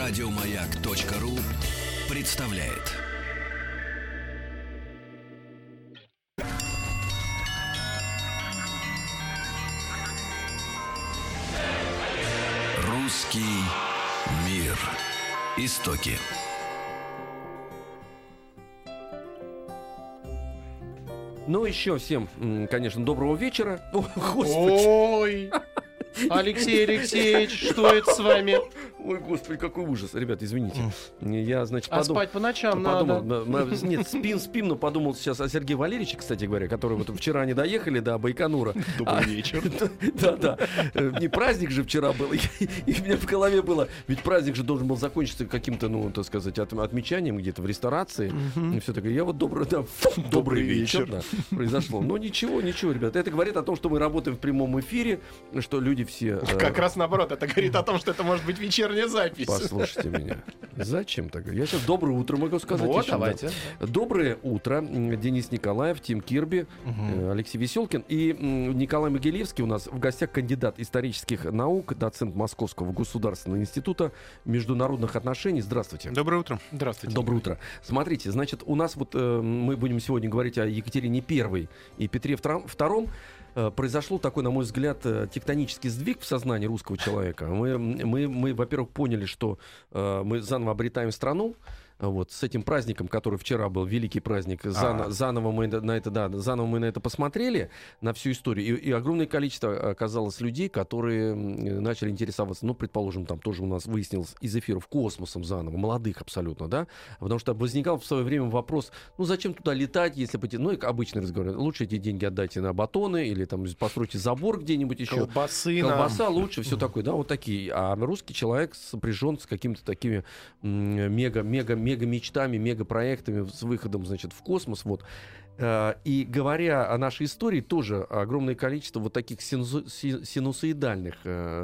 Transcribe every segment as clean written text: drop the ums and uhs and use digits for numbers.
Радиомаяк.ру представляет. Русский мир. Истоки. Ну, еще всем, конечно, доброго вечера. О, Господи. Ой, Алексей Алексеевич, что это с вами? Ой, Господи, какой ужас. Ребят, извините. Я, значит, спать по ночам подумал, надо. Нет, спим, но подумал сейчас о Сергее Валерьевиче, кстати говоря, который вот вчера не доехали до Байконура. Добрый вечер. Да. Не праздник же вчера был. И у меня в голове было, ведь праздник же должен был закончиться каким-то, ну, так сказать, отмечанием где-то в ресторации. И все такое. Я вот добрый вечер. Да, произошло. Но ничего, ребят. Это говорит о том, что мы работаем в прямом эфире, что люди все... Как раз наоборот, это говорит о том, что это может быть вечерняя запись. Послушайте меня. Зачем так? Я сейчас доброе утро могу сказать. Вот, еще, давайте. Да. Доброе утро. Денис Николаев, Тим Кирби, Алексей Веселкин и Николай Могилевский у нас в гостях, кандидат исторических наук, доцент Московского государственного института международных отношений. Здравствуйте. Доброе утро. Здравствуйте. Доброе утро. Смотрите, значит, у нас вот мы будем сегодня говорить о Екатерине I и Петре II. Произошел такой, на мой взгляд, тектонический сдвиг в сознании русского человека. Мы, во-первых, поняли, что мы заново обретаем страну. Вот, с этим праздником, который вчера был, великий праздник, заново мы на это посмотрели, на всю историю, и огромное количество оказалось людей, которые начали интересоваться, ну, предположим, там тоже у нас выяснилось из эфиров космосом заново, молодых абсолютно, да, потому что возникал в свое время вопрос, ну, зачем туда летать, если, ну, и обычный разговор, лучше эти деньги отдайте на батоны, или там постройте забор где-нибудь еще. Колбаса лучше, все такое, да, вот такие, а русский человек сопряжен с какими-то такими мега-мечтами, мега-проектами с выходом, значит, в космос. Вот. И говоря о нашей истории, тоже огромное количество вот таких синусоидальных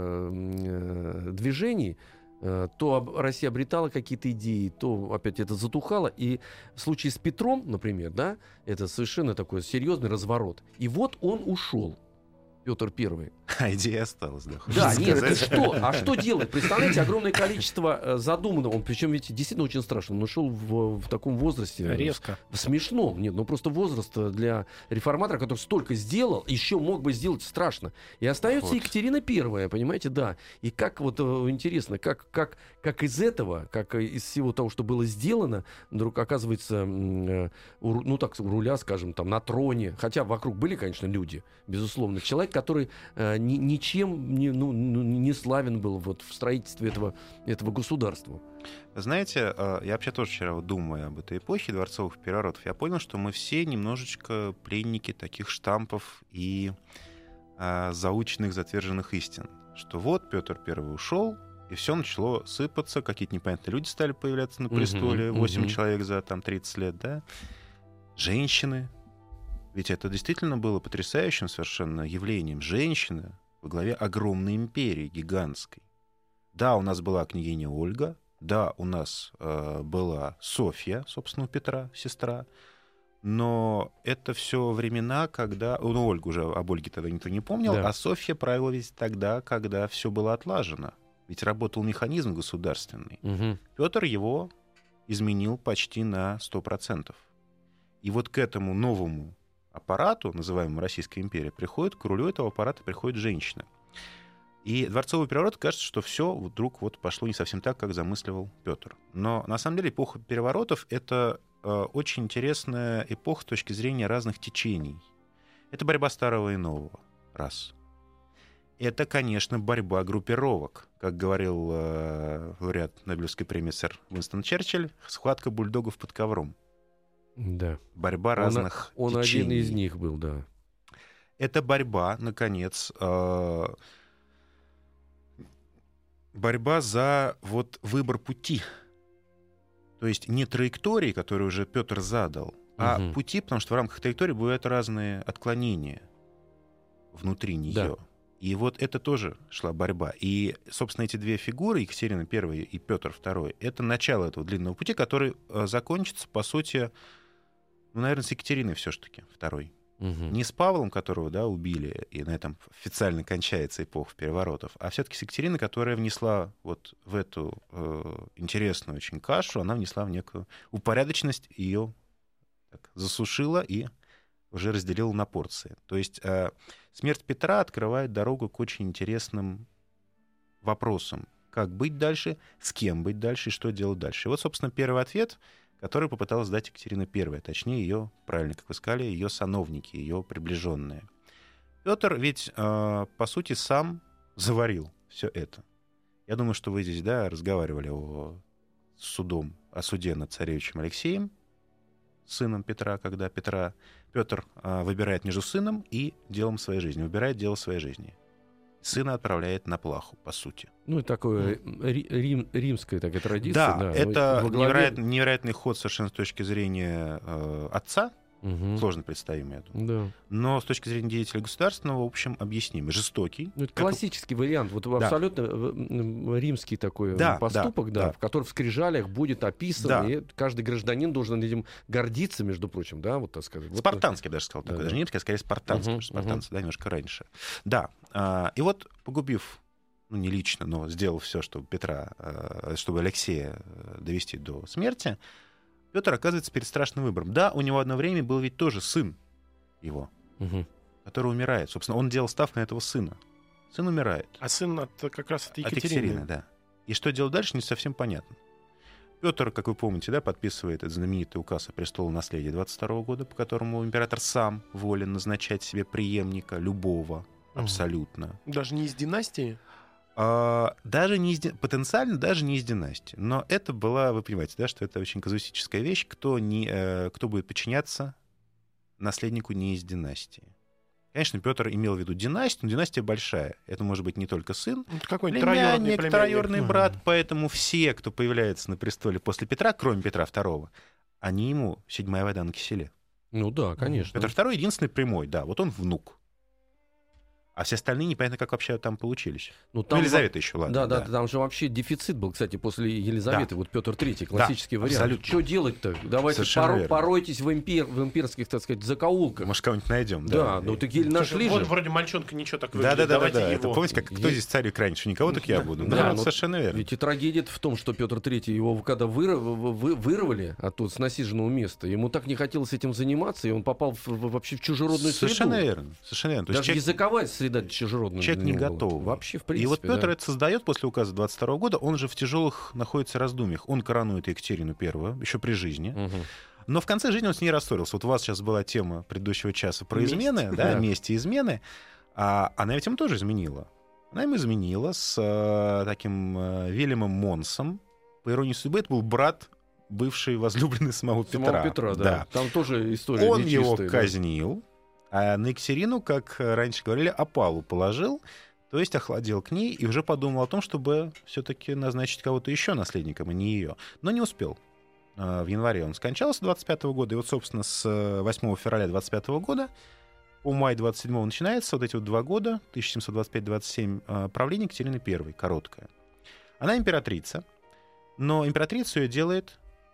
движений. То Россия обретала какие-то идеи, то опять это затухало. И в случае с Петром, например, да, это совершенно такой серьезный разворот. И вот он ушел. Петр I. А идея осталась, да? Да, нет, это что? А что делать? Представляете, огромное количество задуманного. Он, причем, ведь действительно очень страшно. Он ушел в таком возрасте. Резко. Смешно. Нет, ну просто возраст для реформатора, который столько сделал, еще мог бы сделать страшно. И остается Екатерина I, понимаете, да. И как вот интересно, как из этого, как из всего того, что было сделано, вдруг оказывается, ну так, у руля, скажем, там, на троне. Хотя вокруг были, конечно, люди, безусловно. Человек, который ничем не славен был вот в строительстве этого государства. Знаете, я вообще тоже вчера, думая об этой эпохе дворцовых переворотов, я понял, что мы все немножечко пленники таких штампов и заученных, затверженных истин. Что вот Петр I ушел, и все начало сыпаться, какие-то непонятные люди стали появляться на престоле, 8 человек за там 30 лет, да? Женщины. Ведь это действительно было потрясающим совершенно явлением. Женщина во главе огромной империи, гигантской. Да, у нас была княгиня Ольга, да, у нас была Софья, собственно, у Петра, сестра, но это все времена, когда... Ну, Ольгу уже, об Ольге тогда никто не помнил, да. А Софья правила ведь тогда, когда все было отлажено. Ведь работал механизм государственный. Петр его изменил почти на 100%. И вот к этому новому аппарату, называемому Российская империя, к рулю этого аппарата приходит женщина. И дворцовый переворот, кажется, что все вдруг вот пошло не совсем так, как замысливал Петр. Но на самом деле эпоха переворотов — это очень интересная эпоха с точки зрения разных течений. Это борьба старого и нового. Раз. Это, конечно, борьба группировок. Как говорил лауреат Нобелевской премии сэр Уинстон Черчилль, схватка бульдогов под ковром. Да. Борьба разных течений. Он один из них был, да. Это борьба, наконец, борьба за вот выбор пути. То есть не траектории, которую уже Петр задал, а пути, потому что в рамках траектории бывают разные отклонения внутри нее. Да. И вот это тоже шла борьба. И, собственно, эти две фигуры, Екатерина I и Петр II, это начало этого длинного пути, который закончится, по сути, ну, наверное, с Екатериной все-таки второй. Не с Павлом, которого, да, убили, и на этом официально кончается эпоха переворотов, а все-таки с Екатериной, которая внесла вот в эту интересную очень кашу, она внесла в некую упорядоченность, ее засушила и уже разделила на порции. То есть смерть Петра открывает дорогу к очень интересным вопросам. Как быть дальше, с кем быть дальше и что делать дальше. И вот, собственно, первый ответ, который попыталась дать Екатерина I, точнее, ее, правильно, как вы сказали, ее сановники, ее приближенные. Петр ведь, по сути, сам заварил все это. Я думаю, что вы здесь, да, разговаривали о суде над царевичем Алексеем, сыном Петра, когда Петр выбирает между сыном и делом своей жизни, выбирает дело своей жизни. Сына отправляет на плаху, по сути. Ну, и такое римская такая традиция. Да, это невероятный ход совершенно с точки зрения отца. Сложно представим, я думаю. Да. Но с точки зрения деятеля государственного, в общем, объясимый. Жестокий. Ну, это классический вариант. Вот абсолютно римский такой поступок, в котором в скрижалях будет описан, и каждый гражданин должен этим гордиться, между прочим, да, вот так сказать. Спартанский, я бы даже сказал, такой. Даже римский, а скорее спартанский. Спартанцы, да, немножко раньше. Да. И вот, погубив, ну, не лично, но сделал все, чтобы чтобы Алексея довести до смерти, Петр оказывается перед страшным выбором. Да, у него одно время был ведь тоже сын его, который умирает. Собственно, он делал ставку на этого сына. Сын умирает. А сын как раз от Екатерины. От Екатерины, да. И что делать дальше, не совсем понятно. Петр, как вы помните, да, подписывает этот знаменитый указ о престолонаследии 22 года, по которому император сам волен назначать себе преемника любого, абсолютно. Даже не из династии? Потенциально даже не из династии. Но это была, вы понимаете, да, что это очень казуистическая вещь, кто будет подчиняться наследнику не из династии. Конечно, Петр имел в виду династию, но династия большая. Это может быть не только сын, племянник, троюродный брат, поэтому все, кто появляется на престоле после Петра, кроме Петра II, они ему седьмая вода на киселе. Ну да, конечно. Петр II единственный прямой, да, вот он внук. А все остальные непонятно, как вообще там получились. Ну, там Елизавета еще, ладно. Да, там же вообще дефицит был, кстати, после Елизаветы. Вот Петр III, классический вариант. Абсолютно. Что делать-то? Давайте поройтесь в имперских, так сказать, закоулках. Может, кого-нибудь найдем. Да, ну так еле нашли же. Вроде мальчонка ничего так выглядит. Да. Это помните, как кто здесь царик раньше? Никого, так я буду. Да, совершенно верно. Ведь и трагедия в том, что Петр III, его когда вырвали оттуда с насиженного места, ему так не хотелось этим заниматься, и он попал вообще в чужеродную среду. Совершенно верно. Даже языковая среда чужеродная. Человек не готов. Вообще, в принципе, и вот Петр это создает после указа 22 года, он же в тяжелых находится раздумьях. Он коронует Екатерину I, еще при жизни. Но в конце жизни он с ней рассорился. Вот у вас сейчас была тема предыдущего часа про измены, месть и измены. А она ведь ему тоже изменила. Она ему изменила с таким Вильямом Монсом. По иронии судьбы, это был брат бывший возлюбленный самого Петра. Да. Там тоже история он нечистая, его казнил. А на Екатерину, как раньше говорили, опалу положил, то есть охладел к ней и уже подумал о том, чтобы все-таки назначить кого-то еще наследником, а не ее. Но не успел. В январе он скончался 25 года, и вот, собственно, с 8 февраля 25 года по май 27 начинается вот эти вот 2 года, 1725-27, правление Екатерины I, короткое. Она императрица, но императрицу ее делает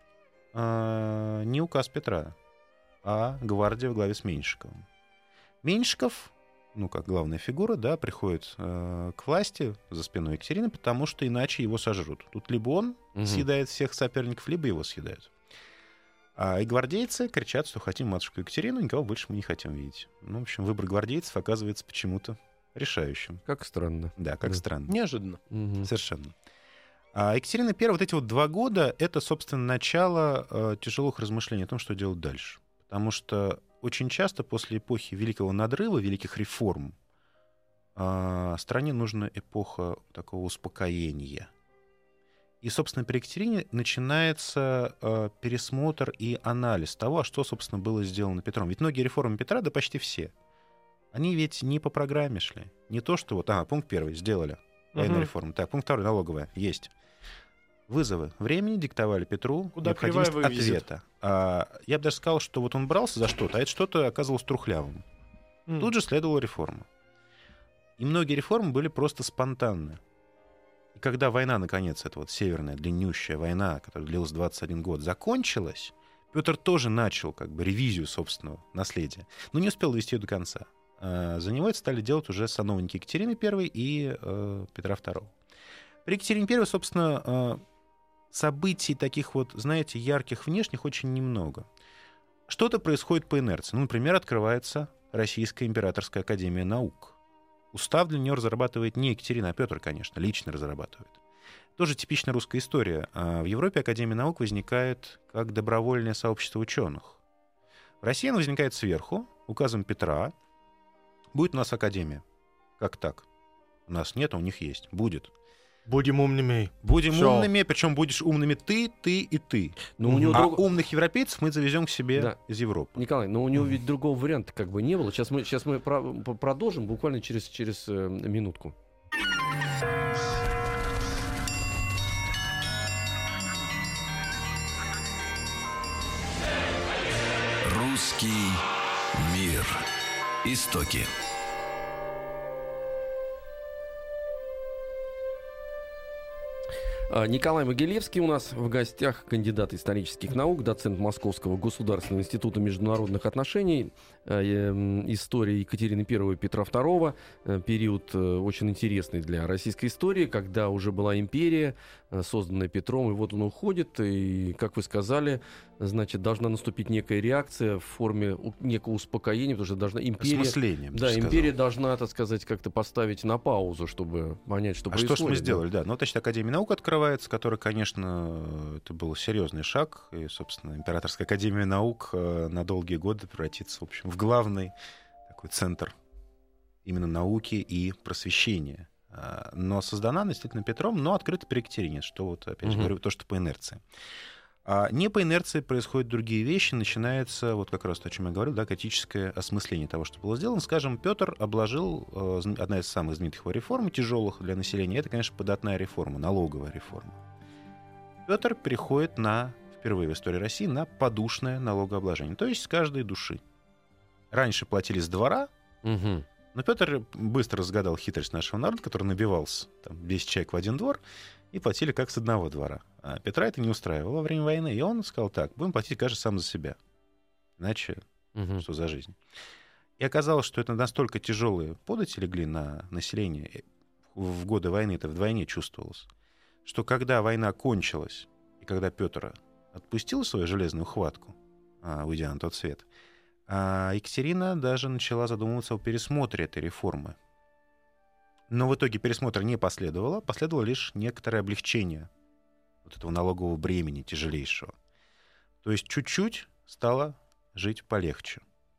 не указ Петра, а гвардия во главе с Меньшиковым. Меньшиков, ну, как главная фигура, да, приходит к власти за спиной Екатерины, потому что иначе его сожрут. Тут либо он съедает всех соперников, либо его съедают. И гвардейцы кричат, что хотим матушку Екатерину, никого больше мы не хотим видеть. Ну, в общем, выбор гвардейцев оказывается почему-то решающим. Как странно. Да, как странно. Неожиданно. Совершенно. Екатерина I, вот эти вот 2 года, это, собственно, начало тяжелых размышлений о том, что делать дальше. Потому что очень часто после эпохи Великого Надрыва, великих реформ, стране нужна эпоха такого успокоения. И, собственно, при Екатерине начинается пересмотр и анализ того, что, собственно, было сделано Петром. Ведь многие реформы Петра, да почти все, они ведь не по программе шли. Не то, что вот, пункт 1 сделали, военная реформа. Так, пункт 2 налоговая, есть. Вызовы времени диктовали Петру необходимость ответа. Я бы даже сказал, что вот он брался за что-то, а это что-то оказывалось трухлявым. Тут же следовала реформа. И многие реформы были просто спонтанны. И когда война, наконец, эта вот северная, длиннющая война, которая длилась 21 год, закончилась, Петр тоже начал как бы ревизию собственного наследия, но не успел довести ее до конца. За него это стали делать уже сановники Екатерины I и Петра II. При Екатерине I, собственно, событий таких вот, знаете, ярких внешних очень немного. Что-то происходит по инерции. Ну, например, открывается Российская императорская академия наук. Устав для нее разрабатывает не Екатерина, а Петр, конечно, лично разрабатывает. Тоже типичная русская история. В Европе Академия наук возникает как добровольное сообщество ученых. В России она возникает сверху, указом Петра. Будет у нас академия. Как так? У нас нет, а у них есть. Будет. Будем умными. Будем Всё. умными, причем будешь умными ты и ты. Но у него А умных европейцев мы завезем к себе Да. из Европы. Николай, но у него ведь другого варианта как бы не было. Сейчас мы продолжим буквально через минутку. Русский мир. Истоки. Николай Могилевский у нас в гостях, кандидат исторических наук, доцент Московского государственного института международных отношений, история Екатерины I и Петра II, период очень интересный для российской истории, когда уже была империя, созданная Петром, и вот он уходит, и, как вы сказали, значит, должна наступить некая реакция в форме некого успокоения, потому что должна империя... Осмыслением, Да, я бы империя сказал. должна, так сказать, как-то поставить на паузу, чтобы понять, что А происходит. что ж мы сделали, да? Ну, значит, Академия наук открывается, которая, конечно, это был серьезный шаг. И, собственно, Императорская академия наук на долгие годы превратится, в общем, в главный такой центр именно науки и просвещения. Но создана она действительно Петром, но открыта при Екатерине, что вот, опять же, говорю, то, что по инерции. А не по инерции происходят другие вещи, начинается, вот как раз то, о чем я говорил, да, критическое осмысление того, что было сделано. Скажем, Петр обложил, одна из самых знаменитых его реформ, тяжелых для населения, это, конечно, податная реформа, налоговая реформа. Петр переходит впервые в истории России на подушное налогообложение, то есть с каждой души. Раньше платили с двора, Мгм. но Петр быстро разгадал хитрость нашего народа, который набивался, там, 10 человек в один двор, и платили как с одного двора. А Петра это не устраивало во время войны, и он сказал так: будем платить каждый сам за себя. Иначе Мгм. что за жизнь? И оказалось, что это настолько тяжелые подати легли на население, в годы войны это вдвойне чувствовалось, что когда война кончилась, и когда Петр отпустил свою железную хватку, уйдя на тот свет, Екатерина даже начала задумываться о пересмотре этой реформы. Но в итоге пересмотра не последовало, последовало лишь некоторое облегчение вот этого налогового бремени тяжелейшего. То есть чуть-чуть стало жить полегче.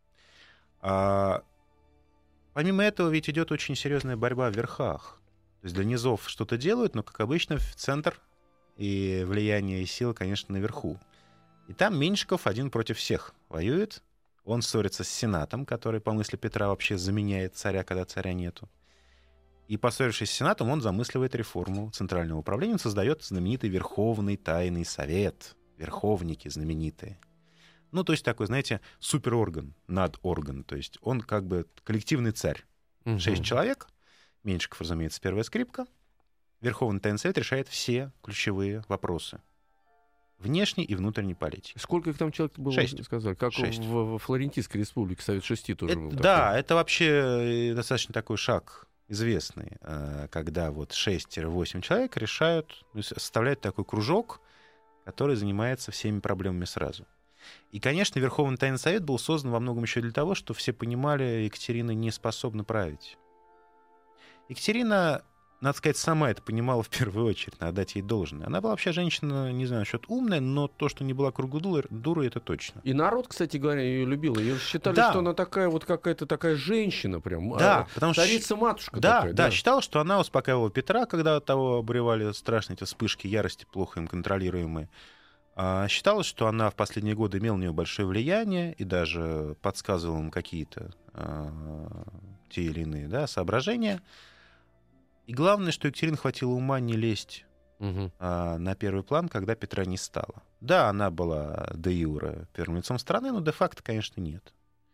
Помимо этого ведь идет очень серьезная борьба в верхах. То есть для низов что-то делают, но, как обычно, в центр и влияние и сила, конечно, наверху. И там Меньшиков один против всех воюет. Он ссорится с Сенатом, который, по мысли Петра, вообще заменяет царя, когда царя нету. И, поссорившись с Сенатом, он замысливает реформу центрального управления. Он создает знаменитый Верховный Тайный Совет. Верховники знаменитые. Ну, то есть такой, знаете, суперорган, надорган. То есть он как бы коллективный царь. Мгм. 6 человек. Меньшиков, разумеется, первая скрипка. Верховный Тайный Совет решает все ключевые вопросы внешней и внутренней политики. Сколько их там человек было, 6. вы сказали? Как 6. в Флорентийской республике Совет Шести тоже был. Да, это вообще достаточно такой шаг известный, когда вот 6-8 человек решают, составляют такой кружок, который занимается всеми проблемами сразу. И, конечно, Верховный Тайный Совет был создан во многом еще для того, что все понимали, Екатерина не способна править. Екатерина, надо сказать, сама это понимала в первую очередь, надо дать ей должное. Она была вообще женщина, не знаю, насчет умная, но то, что не была кругу дурой, это точно. И народ, кстати говоря, ее любил. Ее считали, Да. что она такая вот какая-то такая женщина прям. Да, потому что... Царица-матушка Да, такая. да, считал, что она успокаивала Петра, когда того обуревали страшные эти вспышки ярости, плохо им контролируемые. Считалось, что она в последние годы имела на нее большое влияние и даже подсказывала им какие-то те или иные соображения. И главное, что Екатерине хватило ума не лезть Мгм. на первый план, когда Петра не стало. Да, она была де юре первым лицом страны, но де-факто, конечно, нет.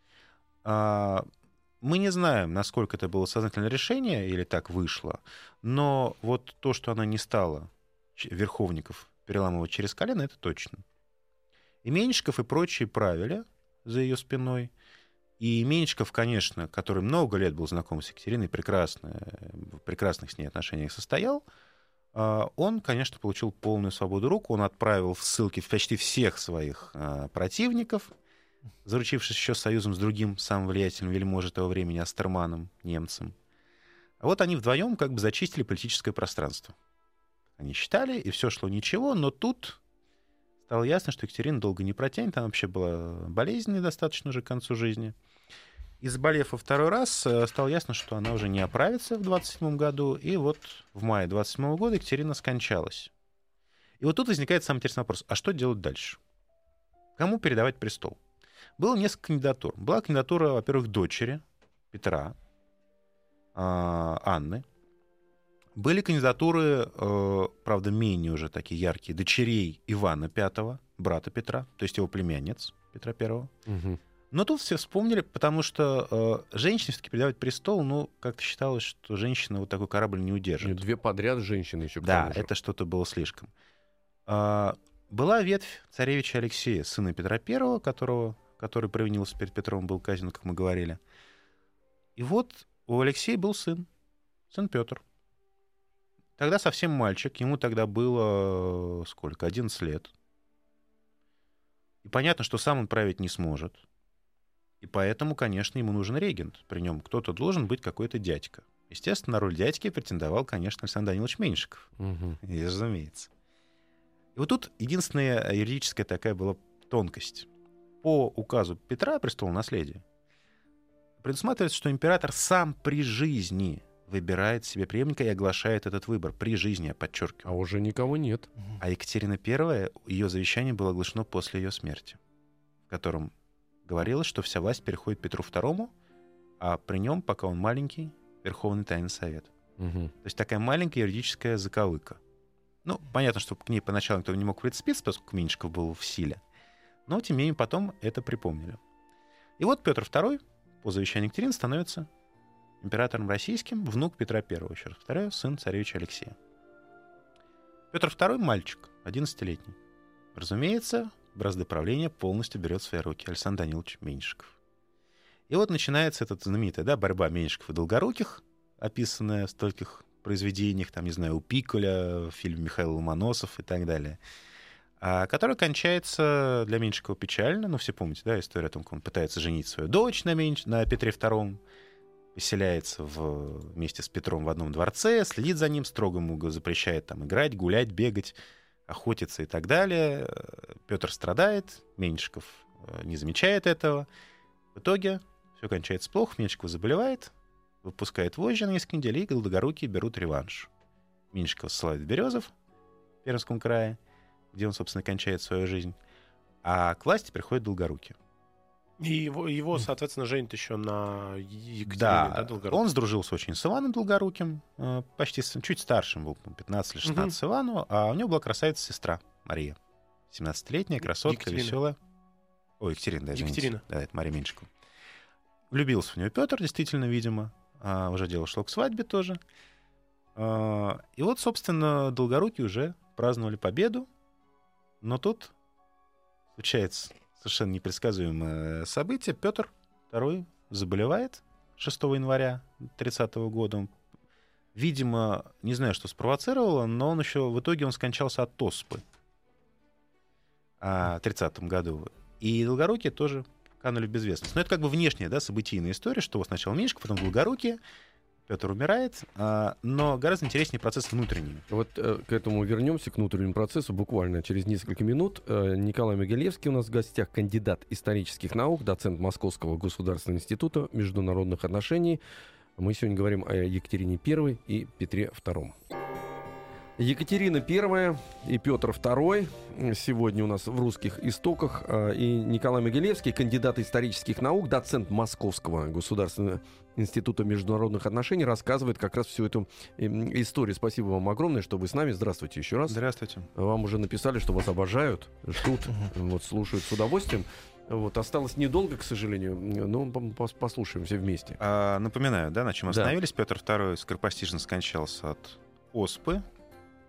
Мы не знаем, насколько это было сознательное решение или так вышло, но вот то, что она не стала верховников переламывать через колено, это точно. И Меньшиков и прочие правили за ее спиной. И Меньшиков, конечно, который много лет был знаком с Екатериной, в прекрасных с ней отношениях состоял, он, конечно, получил полную свободу рук. Он отправил в ссылки почти всех своих противников, заручившись еще союзом с другим самым влиятельным вельможей того времени Астерманом, немцем. А вот они вдвоем как бы зачистили политическое пространство. Они считали, и все шло ничего, но тут стало ясно, что Екатерина долго не протянет. Она вообще была болезненной достаточно уже к концу жизни. И заболев во второй раз, стало ясно, что она уже не оправится в 27 году. И вот в мае 27 года Екатерина скончалась. И вот тут возникает самый интересный вопрос. А что делать дальше? Кому передавать престол? Было несколько кандидатур. Была кандидатура, во-первых, дочери Петра, Анны. Были кандидатуры, правда, менее уже такие яркие, дочерей Ивана V, брата Петра, то есть его племянниц Петра I. Угу. Но тут все вспомнили, потому что женщине все-таки передавать престол, ну, как-то считалось, что женщина вот такой корабль не удержит. Две подряд женщины еще. Да, это что-то было слишком. Была ветвь царевича Алексея, сына Петра I, который провинился перед Петром, был казнен, как мы говорили. И вот у Алексея был сын Петр. Тогда совсем мальчик, ему тогда было сколько? 11 лет. И понятно, что сам он править не сможет. И поэтому, конечно, ему нужен регент. При нем кто-то должен быть какой-то дядька. Естественно, на роль дядьки претендовал, конечно, Александр Данилович Меньшиков. Угу. И, разумеется. И вот тут единственная юридическая такая была тонкость. По указу Петра о престолонаследии предусматривается, что император сам при жизни выбирает себе преемника и оглашает этот выбор. При жизни, я подчеркиваю. А уже никого нет. А Екатерина I, ее завещание было оглашено после ее смерти, в котором говорилось, что вся власть переходит Петру II, а при нем, пока он маленький, Верховный Тайный Совет. Угу. То есть такая маленькая юридическая заковыка. Ну, понятно, что к ней поначалу никто не мог прицепиться, поскольку Меньшиков был в силе. Но, тем не менее, потом это припомнили. И вот Петр II, по завещанию Екатерины, становится императором российским, внук Петра I, еще раз повторяю, сын царевича Алексея. Петр II мальчик, 11-летний. Разумеется, бразды правления полностью берет в свои руки Александр Данилович Меньшиков. И вот начинается эта знаменитая борьба Меньшиков и Долгоруких, описанная в стольких произведениях, там, не знаю, у Пикуля, в фильме Михаил Ломоносов и так далее, которая кончается для Меньшикова печально. Ну, все помните, да, история о том, как он пытается женить свою дочь на Петре II, поселяется вместе с Петром в одном дворце, следит за ним, строго ему запрещает там играть, гулять, бегать, охотиться и так далее. Петр страдает, Меньшиков не замечает этого. В итоге все кончается плохо, Меньшиков заболевает, выпускает вожжи на несколько недель, и Долгорукие берут реванш. Меньшикова ссылают в Березов, в Пермском крае, где он, собственно, кончает свою жизнь. А к власти приходит Долгорукий. И его, соответственно, женит еще на Екатерине, да, Долгорукий. Он сдружился очень с Иваном Долгоруким, почти чуть старшим был, 15 или 16 Ивану, а у него была красавица-сестра Мария, 17-летняя, красотка, Екатерина. Веселая. Ой, Екатерина, да, извините. Екатерина. Да, это Мария Меньшикова. Влюбился в нее Петр, действительно, видимо. Уже дело шло к свадьбе тоже. И вот, собственно, Долгорукие уже праздновали победу, но тут случается совершенно непредсказуемое событие. Петр II заболевает 6 января 30 года. Он, видимо, не знаю, что спровоцировало, но в итоге он скончался от оспы в 30 году. И Долгорукие тоже канули в безвестность. Но это как бы внешняя, да, событийная история, что вот сначала Меньшиков, потом Долгорукие, Петр умирает, но гораздо интереснее процесс внутренний. Вот к этому вернемся, к внутреннему процессу, буквально через несколько минут. Николай Могилевский у нас в гостях, кандидат исторических наук, доцент Московского государственного института международных отношений. Мы сегодня говорим о Екатерине I и Петре II. Екатерина I и Петр II сегодня у нас в «Русских истоках». И Николай Могилевский, кандидат исторических наук, доцент Московского государственного института международных отношений, рассказывает как раз всю эту историю. Спасибо вам огромное, что вы с нами. Здравствуйте еще раз. Здравствуйте. Вам уже написали, что вас обожают, ждут, вот, слушают с удовольствием. Вот, осталось недолго, к сожалению, но послушаем все вместе. Напоминаю, да, на чем остановились. Петр II скоропостижно скончался от оспы.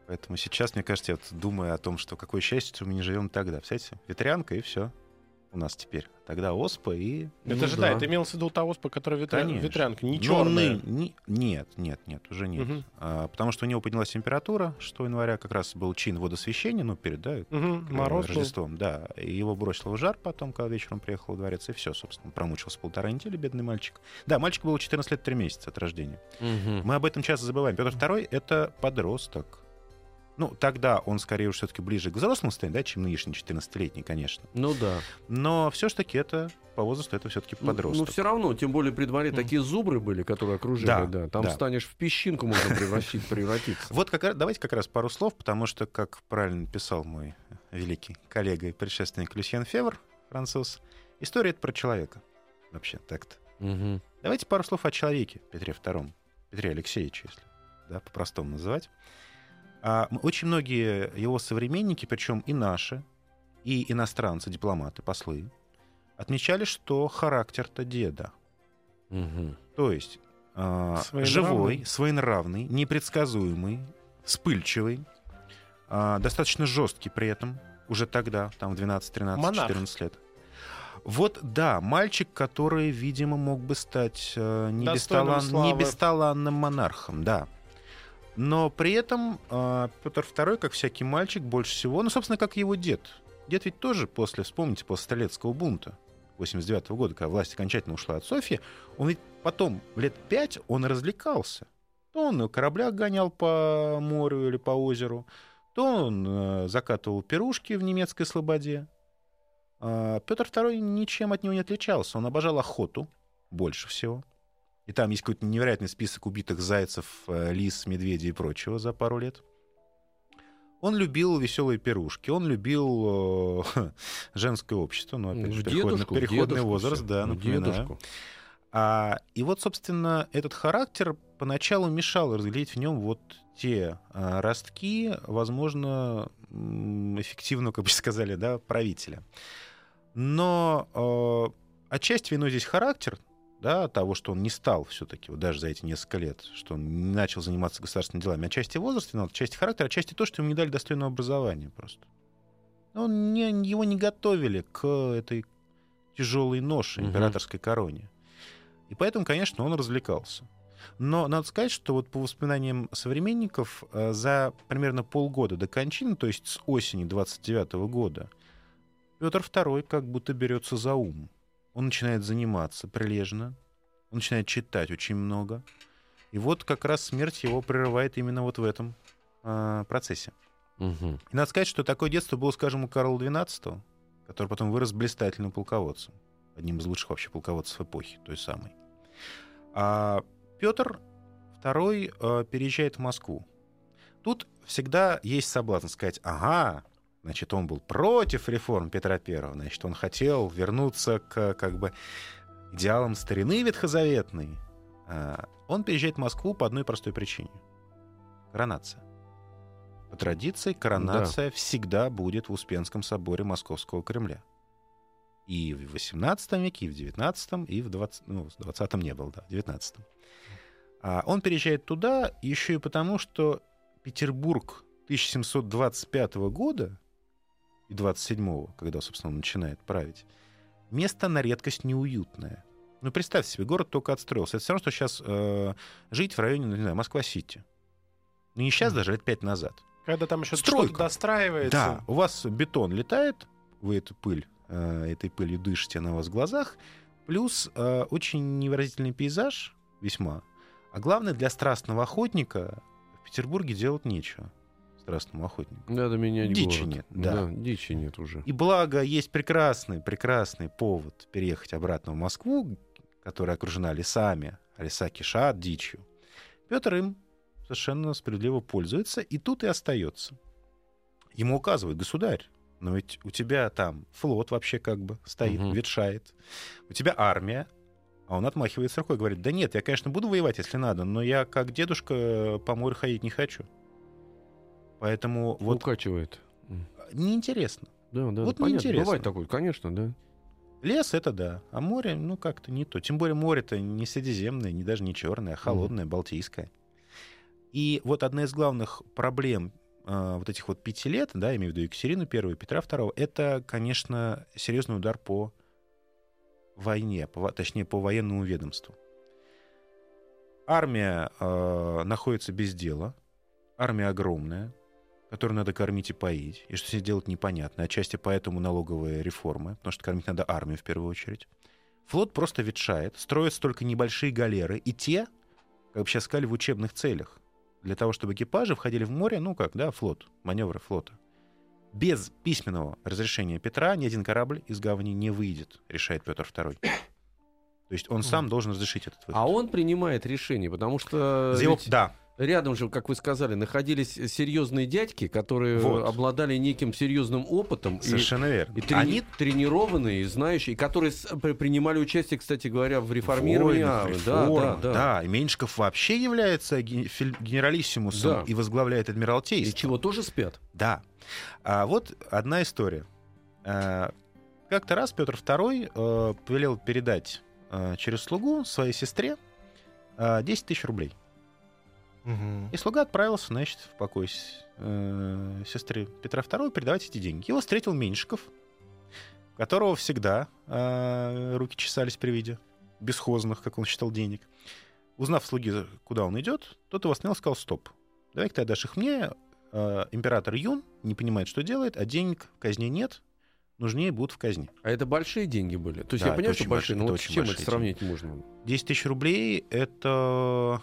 Поэтому сейчас, мне кажется, я вот думаю о том, что какое счастье, что мы не живем тогда. Представляете, ветрянка и все у нас теперь. Тогда оспа и... Это же, да, это имелось в виду та оспа, которая ветрянка, не Но черная. Нет, уже нет. Мгм. Потому что у него поднялась температура 6 января, как раз был чин водосвящения, ну, перед, да, Мороз был. Рождеством, да. И его бросило в жар потом, когда вечером приехал во дворец, и все, собственно, промучился 1,5 недели, бедный мальчик. Да, мальчику было 14 лет 3 месяца от рождения. Мгм. Мы об этом часто забываем. Петр II — это подросток. Ну, тогда он скорее уж все-таки ближе к взрослому состоянию, да, чем нынешний 14-летний, конечно. Ну да. Но все-таки это по возрасту это все-таки подросток. Ну, все равно, тем более при дворе такие зубры были, которые окружили, Да, да. Там да. станешь в песчинку, можно превратиться. Вот давайте как раз пару слов, потому что, как правильно писал мой великий коллега и предшественник Люсьен Февр, француз, история — это про человека. Вообще, так-то. Мгм. Давайте пару слов о человеке Петре II, Петре Алексеевиче, если да, по-простому называть. Очень многие его современники, причем и наши, и иностранцы, дипломаты, послы, отмечали, что характер-то деда. Мгм. То есть живой, своенравный, непредсказуемый, вспыльчивый, достаточно жесткий при этом, уже тогда, там в 12, 13, Монарх. 14 лет. Вот, да, мальчик, который, видимо, мог бы стать не Достойным славы. бесталанным монархом, да. Но при этом Петр II, как всякий мальчик, больше всего, ну, собственно, как его дед. Дед ведь тоже вспомните, после Стрелецкого бунта 89 года, когда власть окончательно ушла от Софьи, он ведь потом, лет 5, он развлекался. То он на кораблях гонял по морю или по озеру, то он закатывал пирушки в немецкой слободе. Петр II ничем от него не отличался. Он обожал охоту больше всего. И там есть какой-то невероятный список убитых зайцев, лис, медведей и прочего за пару лет. Он любил веселые пирушки, он любил женское общество, ну, опять же, переходный возраст, да, напоминаю. И вот, собственно, этот характер поначалу мешал разглядеть в нем вот те ростки, возможно, эффективного, как бы сказали, да, правителя. Но отчасти виной здесь характер, да, того, что он не стал все-таки, вот даже за эти несколько лет, что он не начал заниматься государственными делами, отчасти возраст, отчасти характер, отчасти то, что ему не дали достойного образования просто. Его не готовили к этой тяжелой ноше, императорской короне. И поэтому, конечно, он развлекался. Но надо сказать, что вот по воспоминаниям современников, за примерно полгода до кончины, то есть с осени 29 года, Петр II как будто берется за ум. Он начинает заниматься прилежно, он начинает читать очень много. И вот как раз смерть его прерывает именно вот в этом процессе. Мгм. И надо сказать, что такое детство было, скажем, у Карла XII, который потом вырос блистательным полководцем, одним из лучших вообще полководцев эпохи, той самой. А Петр II переезжает в Москву. Тут всегда есть соблазн сказать: ага, значит, он был против реформ Петра I, значит, он хотел вернуться к как бы идеалам старины ветхозаветной. Он переезжает в Москву по одной простой причине. Коронация. По традиции коронация всегда будет в Успенском соборе Московского Кремля. И в XVIII веке, и в XIX, и в XX, ну, в XX не было, да, в XIX. Он переезжает туда еще и потому, что Петербург 1725 года и 27-го, когда, собственно, он начинает править, место на редкость неуютное. Ну, представьте себе, город только отстроился. Это все равно, что сейчас жить в районе, ну, не знаю, Москва-Сити. Ну, не сейчас даже, лет 5 назад. Когда там еще Стройка. что-то достраивается. Да, у вас бетон летает, вы эту пыль, этой пылью дышите, на вас в глазах, плюс очень невыразительный пейзаж, весьма. А главное, для страстного охотника в Петербурге делать нечего. Страстному охотнику. Надо менять Дичи город. нет, да. Дичи нет уже. И благо есть прекрасный повод переехать обратно в Москву, которая окружена лесами, а леса кишат дичью. Петр им совершенно справедливо пользуется, и тут и остается. Ему указывает: государь, но ведь у тебя там флот вообще как бы стоит, ветшает. У тебя армия. А он отмахивается рукой, говорит: да нет, я, конечно, буду воевать, если надо, но я, как дедушка, по морю ходить не хочу. Поэтому вот Укачивает. неинтересно. Да, Вот понятно. неинтересно. Бывает такое, конечно, да. Лес — это да, а море, ну, как-то не то. Тем более море-то не Средиземное, даже не Черное, а холодное, Балтийское. И вот одна из главных проблем вот этих вот 5 лет, да, я имею в виду Екатерину I, Петра II, это, конечно, серьезный удар по войне, точнее, по военному ведомству. Армия находится без дела, армия огромная, которую надо кормить и поить, и что с ней делать непонятно, отчасти поэтому налоговые реформы, потому что кормить надо армию в первую очередь. Флот просто ветшает, строятся только небольшие галеры, и те, как бы сейчас сказали, в учебных целях, для того, чтобы экипажи входили в море, ну как, да, флот, маневры флота. Без письменного разрешения Петра ни один корабль из гавани не выйдет, решает Петр II. То есть он сам должен разрешить этот выход. А он принимает решение, потому что Да. рядом же, как вы сказали, находились серьезные дядьки, которые обладали неким серьезным опытом. Совершенно верно. И тренированные, и знающие, и которые принимали участие, кстати говоря, в реформировании армии. Да. И Меньшиков вообще является генералиссимусом и возглавляет адмиралтейство. И чего тоже спят. Да. А вот одна история. Как-то раз Петр II повелел передать через слугу своей сестре 10 тысяч рублей. И слуга отправился, значит, в покой сестры Петра II передавать эти деньги. Его встретил Меньшиков, которого всегда руки чесались при виде бесхозных, как он считал, денег. Узнав слуги, куда он идет, тот его остановил и сказал: стоп, давай-ка ты отдашь их мне. Император Юн не понимает, что делает, а денег в казне нет, нужнее будут в казне. А это большие деньги были? То есть я понимаю, что большие, но вот с чем это сравнить можно? 10 тысяч рублей — это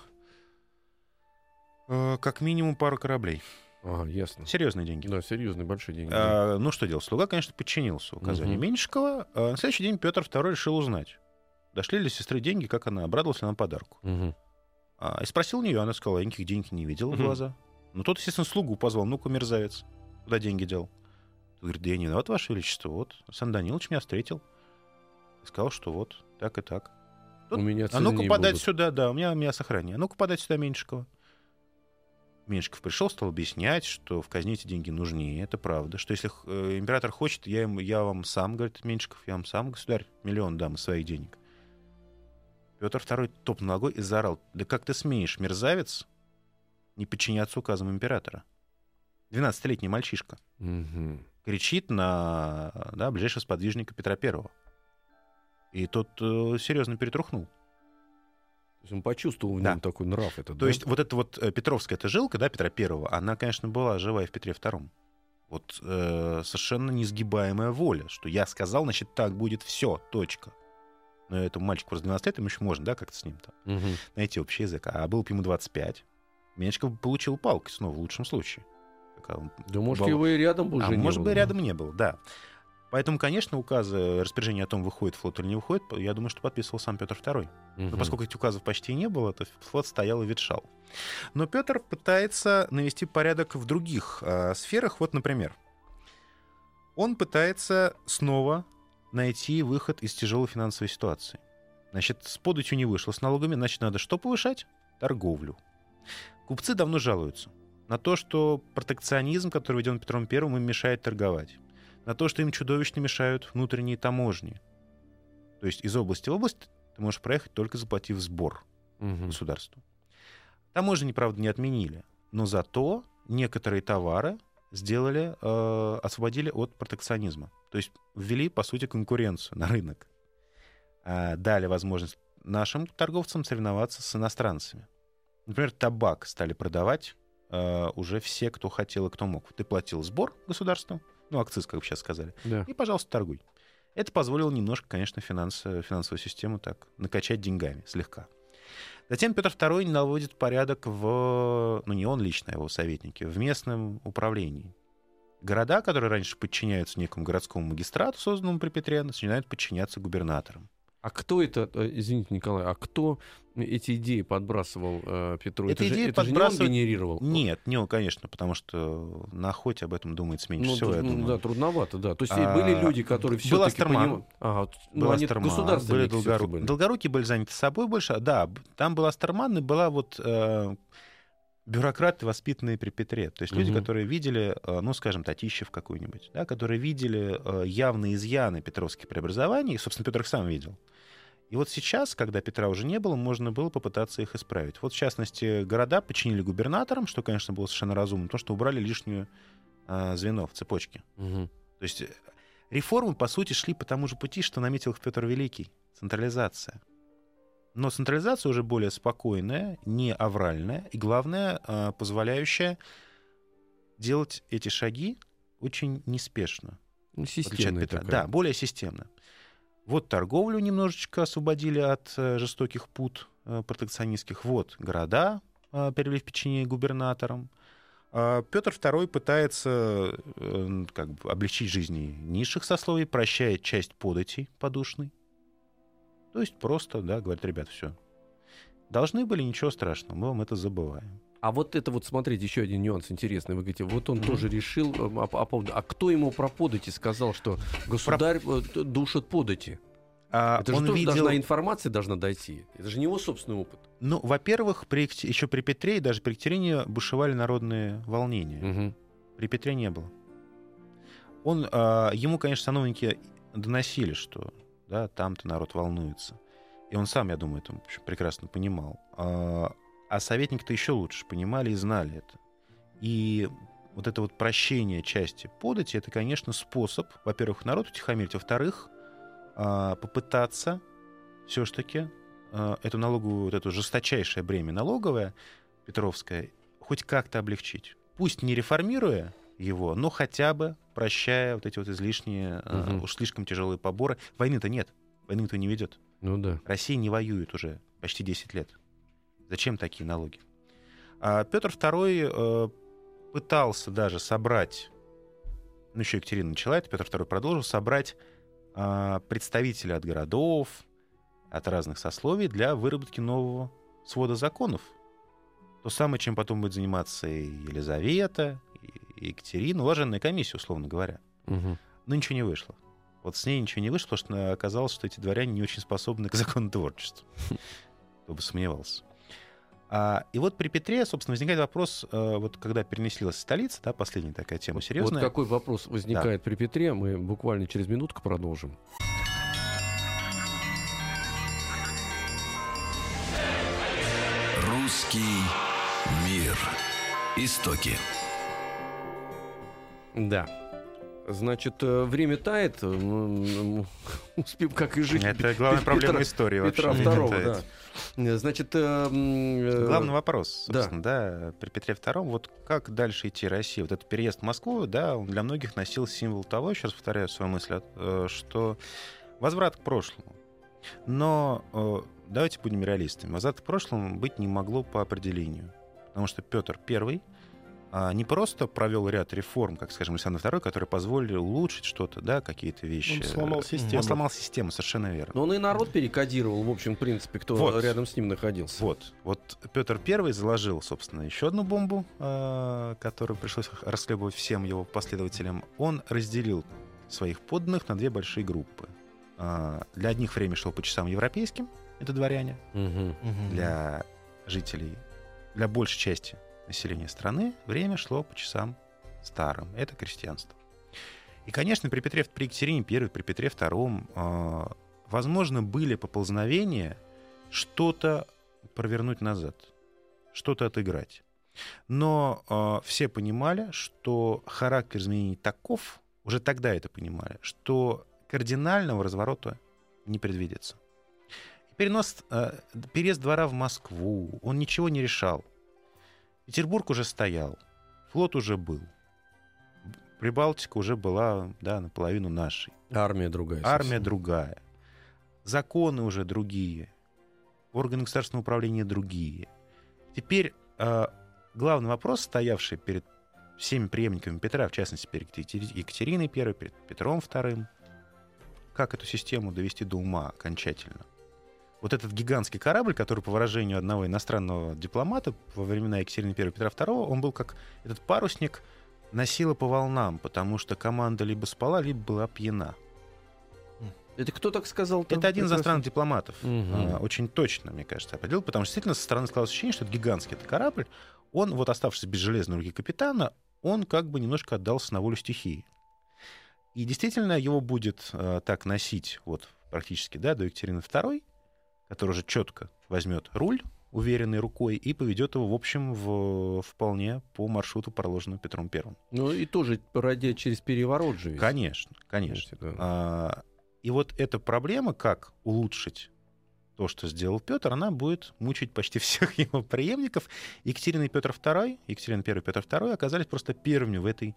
как минимум пару кораблей. Ага, ясно. Серьезные деньги. Да, серьезные, большие деньги. Ну, что делал? Слуга, конечно, подчинился указанию Меньшикова. На следующий день Петр II решил узнать, дошли ли сестры деньги, как она обрадовалась на подарку. И спросил у нее, она сказала: я никаких денег не видела в глаза. Ну, тот, естественно, слугу позвал: ну-ка, мерзавец, куда деньги дел? Он говорит: да я не виноват, Ваше Величество, вот, Сан Данилович меня встретил. И сказал, что вот, так и так. Тут, у меня а ну-ка подать сюда, да, у меня сохранение. А ну-ка подать сюда Меньшикова. Меньшиков пришел, стал объяснять, что в казне эти деньги нужнее, это правда. Что если император хочет, я вам сам, говорит Меньшиков, я вам сам, государь, 1 000 000 дам из своих денег. Петр II топнул ногой и заорал: да как ты смеешь, мерзавец, не подчиняться указам императора? 12-летний мальчишка кричит на ближайшего сподвижника Петра I. И тот серьезно перетрухнул. То есть он почувствовал в нем такой нрав. То есть вот эта вот Петровская эта жилка, да, Петра I, она, конечно, была жива и в Петре II. Вот совершенно несгибаемая воля, что я сказал, значит, так будет все, точка. Но этому мальчику просто 12 лет, ему еще можно, да, как-то с ним там найти общий язык. А был бы ему 25, Меньшиков получил палкой снова, в лучшем случае. Да, может, его и рядом уже не было. Может быть, рядом не было, да. Поэтому, конечно, указы, распоряжение о том, выходит флот или не выходит, я думаю, что подписывал сам Петр II. Но поскольку этих указов почти не было, то флот стоял и ветшал. Но Петр пытается навести порядок в других сферах. Вот, например, он пытается снова найти выход из тяжелой финансовой ситуации. Значит, с податью не вышло, с налогами, значит, надо что повышать? Торговлю. Купцы давно жалуются на то, что протекционизм, который введен Петром I, им мешает торговать. На то, что им чудовищно мешают внутренние таможни. То есть из области в область ты можешь проехать, только заплатив сбор государству. Таможни, правда, не отменили, но зато некоторые товары освободили от протекционизма. То есть ввели, по сути, конкуренцию на рынок. Дали возможность нашим торговцам соревноваться с иностранцами. Например, табак стали продавать уже все, кто хотел и кто мог. Ты платил сбор государству, акциз, как бы сейчас сказали, и, пожалуйста, торгуй. Это позволило немножко, конечно, финансовую систему так накачать деньгами слегка. Затем Петр II наводит порядок не он лично, а его советники, в местном управлении. Города, которые раньше подчиняются некому городскому магистрату, созданному при Петре, начинают подчиняться губернаторам. А кто это, извините, Николай, а кто эти идеи подбрасывал Петру? Это же не он генерировал? Нет, не он, конечно, потому что на охоте об этом думается меньше всего, я думаю. Да, трудновато, да. То есть были люди, которые все-таки понимали... Был Астерман, были Долгорукие были заняты собой больше. Да, там был Астерман, и была бюрократы, воспитанные при Петре. То есть люди, которые видели, скажем, Татищев какой-нибудь, да, которые видели явные изъяны петровских преобразований, собственно, Петр их сам видел, И вот сейчас, когда Петра уже не было, можно было попытаться их исправить. Вот, в частности, города подчинили губернаторам, что, конечно, было совершенно разумно, то, что убрали лишнее звено в цепочке. Мгм. То есть реформы, по сути, шли по тому же пути, что наметил их Петр Великий. Централизация. Но централизация уже более спокойная, не авральная, и, главное, позволяющая делать эти шаги очень неспешно. Ну, В отличие от системная Петра. такая. Да, более системно. Вот торговлю немножечко освободили от жестоких пут протекционистских. Вот города перевели в подчинение губернаторам. Петр II пытается как бы облегчить жизни низших сословий, прощает часть податей подушной. То есть просто, да, говорит, ребят, все. Должны были, ничего страшного, мы вам это забываем. А вот это вот, смотрите, еще один нюанс интересный. Вы говорите, вот он тоже решил а кто ему про подати сказал, что государь душит подати? Это же Он тоже видел... информация должна дойти. Это же не его собственный опыт. Ну, во-первых, еще при Петре и даже при Екатерине бушевали народные волнения. Мгм. При Петре не было. Ему, конечно, сановники доносили, что да, там-то народ волнуется. И он сам, я думаю, это прекрасно понимал. А советники-то еще лучше понимали и знали это. И вот это вот прощение части подати, это, конечно, способ, во-первых, народ утихомирить, во-вторых, попытаться все-таки эту налоговую, вот это жесточайшее бремя налоговое, петровское, хоть как-то облегчить. Пусть не реформируя его, но хотя бы прощая вот эти вот излишние, уж слишком тяжелые поборы. Войны-то нет, войны никто не ведет. Ну да. Россия не воюет уже почти 10 лет. Зачем такие налоги? Петр II пытался даже собрать, ну еще Екатерина начала это, Петр II продолжил собрать представителей от городов, от разных сословий для выработки нового свода законов. То самое, чем потом будет заниматься и Елизавета, и Екатерина, уложенная комиссия, условно говоря. Мгм. Но ничего не вышло. Вот с ней ничего не вышло, потому что оказалось, что эти дворяне не очень способны к законотворчеству. Кто бы сомневался. И вот при Петре, собственно, возникает вопрос, вот когда перенеслась столица, да, последняя такая тема серьезная. Вот какой вопрос возникает при Петре, мы буквально через минутку продолжим. Русский мир. Истоки. Да. Значит, время тает, успеем, как и жить. Это главная проблема истории вообще. Петра II, Это да. Значит, главный вопрос, да. собственно, да, при Петре II, вот как дальше идти России? Вот этот переезд в Москву, да, он для многих носил символ того, еще раз повторяю свою мысль, что возврат к прошлому. Но давайте будем реалистами. Возврат к прошлому быть не могло по определению. Потому что Петр I не просто провел ряд реформ, как, скажем, Александр II, которые позволили улучшить что-то, да, какие-то вещи. Он сломал систему. Он сломал систему, совершенно верно. но он и народ перекодировал, в общем, в принципе, кто Вот. рядом с ним находился. Вот Петр I заложил, собственно, еще одну бомбу, которую пришлось расхлебывать всем его последователям. Он разделил своих подданных на две большие группы. Для одних время шло по часам европейским, это дворяне, Мгм. для жителей, для большей части населения страны время шло по часам старым, это крестьянство. И, конечно, при Екатерине I, при Петре II, возможно, были поползновения что-то провернуть назад, что-то отыграть. Но все понимали, что характер изменений таков, уже тогда это понимали, что кардинального разворота не предвидится. И переезд двора в Москву, он ничего не решал. Петербург уже стоял, флот уже был, Прибалтика уже была, да, наполовину нашей. Армия другая. Армия совсем. другая. Законы уже другие. Органы государственного управления другие. Теперь главный вопрос, стоявший перед всеми преемниками Петра, в частности, перед Екатериной I, перед Петром II, как эту систему довести до ума окончательно. Вот этот гигантский корабль, который, по выражению одного иностранного дипломата во времена Екатерины I и Петра II, он был как этот парусник, носила по волнам, потому что команда либо спала, либо была пьяна. Это кто так сказал? Это один из иностранных дипломатов. Мгм. Очень точно, мне кажется, определил, потому что действительно со стороны складывалось ощущение, что это гигантский этот корабль, он, вот оставшись без железной руки капитана, он как бы немножко отдался на волю стихии. И действительно его будет так носить вот практически, да, до Екатерины II, который уже четко возьмет руль уверенной рукой и поведет его, в общем, вполне по маршруту, проложенному Петром Первым. Ну и тоже пройдя через переворот же. Ведь. Конечно. Знаете, да. И вот эта проблема, как улучшить то, что сделал Петр, она будет мучить почти всех его преемников. Екатерина и Петр II, Екатерина I и Петр II оказались просто первыми в этой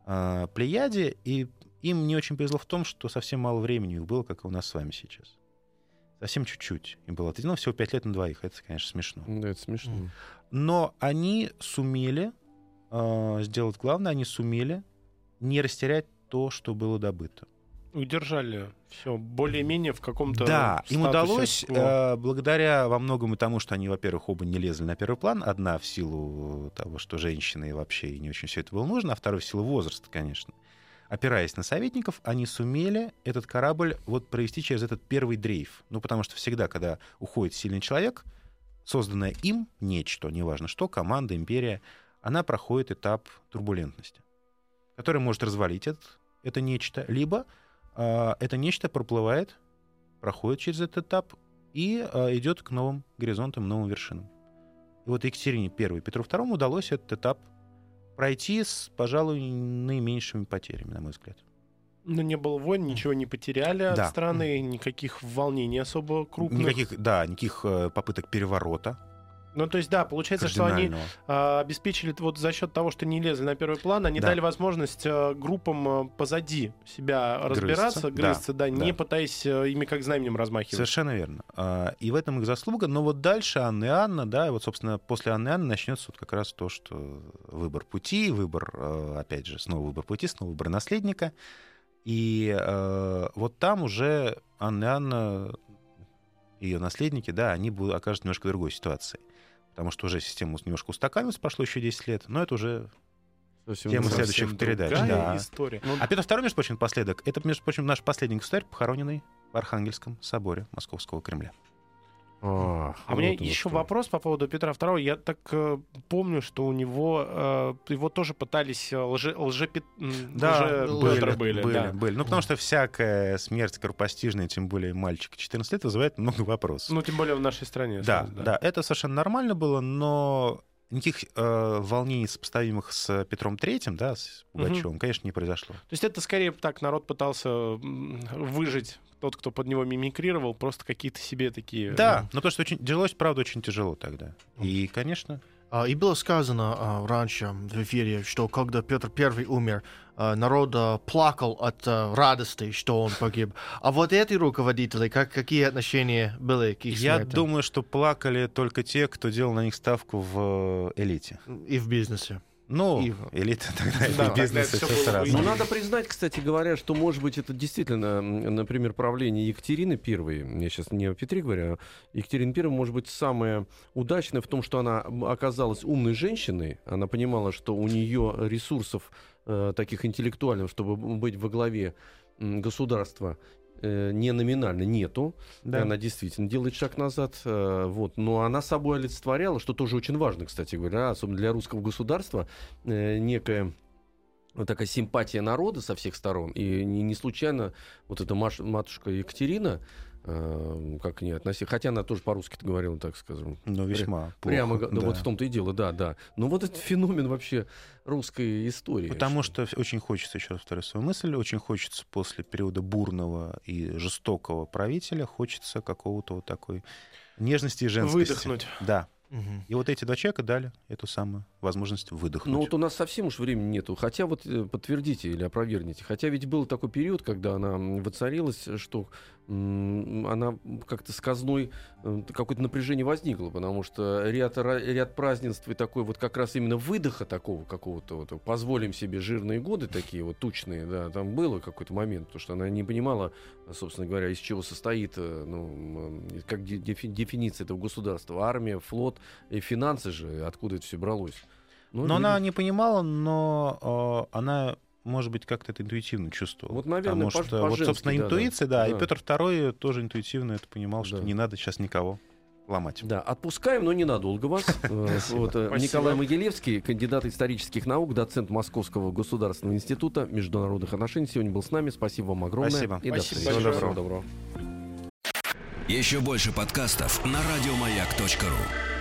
плеяде, и им не очень повезло в том, что совсем мало времени их было, как и у нас с вами сейчас. Совсем чуть-чуть им было отведено, всего 5 лет на двоих. Это, конечно, смешно. Да, это смешно. Но они сумели сделать главное, они сумели не растерять то, что было добыто. Удержали все более-менее в каком-то Да, им статусе. удалось, благодаря во многом и тому, что они, во-первых, оба не лезли на первый план. Одна в силу того, что женщины вообще не очень все это было нужно, а вторая в силу возраста, конечно. Опираясь на советников, они сумели этот корабль вот провести через этот первый дрейф. Ну, потому что всегда, когда уходит сильный человек, созданное им нечто, неважно что, команда, империя, она проходит этап турбулентности, который может развалить это нечто, либо это нечто проплывает, проходит через этот этап и идет к новым горизонтам, новым вершинам. И вот Екатерине I и Петру II удалось этот этап пройти с, пожалуй, наименьшими потерями, на мой взгляд. Но не было войн, ничего не потеряли от страны, никаких волнений особо крупных. Никаких попыток переворота. Ну, то есть, да, получается, что они обеспечили вот за счет того, что не лезли на первый план, они дали возможность группам позади себя разбираться, грызться, не пытаясь ими как знаменем размахивать. Совершенно верно. И в этом их заслуга. Но вот дальше Анна и Анна, да, вот, собственно, после Анны и Анны начнется вот как раз то, что выбор пути, опять же, снова выбор пути, снова выбор наследника. И вот там уже Анна и Анна, ее наследники, да, они окажутся в немножко другой ситуации. Потому что уже система немножко устаканилась, прошло еще 10 лет, но это уже тема следующих передач. Да. История. А Петр II, между прочим, напоследок, это, между прочим, наш последний государь, похороненный в Архангельском соборе Московского Кремля. У меня еще вопрос по поводу Петра II. Я так помню, что у него его тоже пытались были. Ну, потому что всякая смерть скоропостижная, тем более мальчика 14 лет, вызывает много вопросов. Ну, тем более в нашей стране. Да, это совершенно нормально было, но никаких волнений, сопоставимых с Петром III, да, с Пугачевым, конечно, не произошло. То есть это скорее так, народ пытался выжить. Тот, кто под него мимикрировал, просто какие-то себе такие... Да, но то, что жилось, правда, очень тяжело тогда. И, конечно... И было сказано раньше в эфире, что когда Петр I умер, народ плакал от радости, что он погиб. А вот эти руководители, какие отношения были к их смерти? Я думаю, что плакали только те, кто делал на них ставку в элите. И в бизнесе. Ну, элита тогда, и бизнес, все сразу. Но надо признать, кстати говоря, что, может быть, это действительно, например, правление Екатерины I, я сейчас не о Петре говорю, а Екатерина I, может быть, самое удачное в том, что она оказалась умной женщиной, она понимала, что у нее ресурсов таких интеллектуальных, чтобы быть во главе государства, не номинально нету, да. Она действительно делает шаг назад, вот. Но она собой олицетворяла, что тоже очень важно, кстати говоря, особенно для русского государства, некая вот такая симпатия народа со всех сторон, и не случайно вот эта матушка Екатерина, как к ней относилась, хотя она тоже по-русски говорила, так скажем. Но весьма прямо, плохо, да. Вот в том-то и дело, да. Но вот этот феномен вообще русской истории. Потому что очень хочется, еще раз повторю свою мысль, очень хочется после периода бурного и жестокого правителя, хочется какого-то вот такой нежности и женскости. Выдохнуть. Да. И вот эти два человека дали эту самую возможность выдохнуть. Ну вот у нас совсем уж времени нету. Хотя вот подтвердите или опровергните. Хотя ведь был такой период, когда она воцарилась, что она как-то с казной какое-то напряжение возникло, потому что ряд празднеств и такой вот как раз именно выдоха такого какого-то, вот, позволим себе жирные годы такие вот тучные, да, там было какой-то момент, потому что она не понимала, собственно говоря, из чего состоит, как дефиниция этого государства, армия, флот и финансы же, откуда это все бралось. Но она не понимала, но она, может быть, как-то это интуитивно чувствовал. Вот, наверное, потому что, вот, собственно, интуиция, да. И Петр II тоже интуитивно это понимал, что не надо сейчас никого ломать. Да, отпускаем, но ненадолго вас. Николай Могилевский, кандидат исторических наук, доцент Московского государственного института международных отношений, сегодня был с нами. Спасибо вам огромное. Спасибо. И до встречи. Всего доброго. Еще больше подкастов на радиомаяк.ру.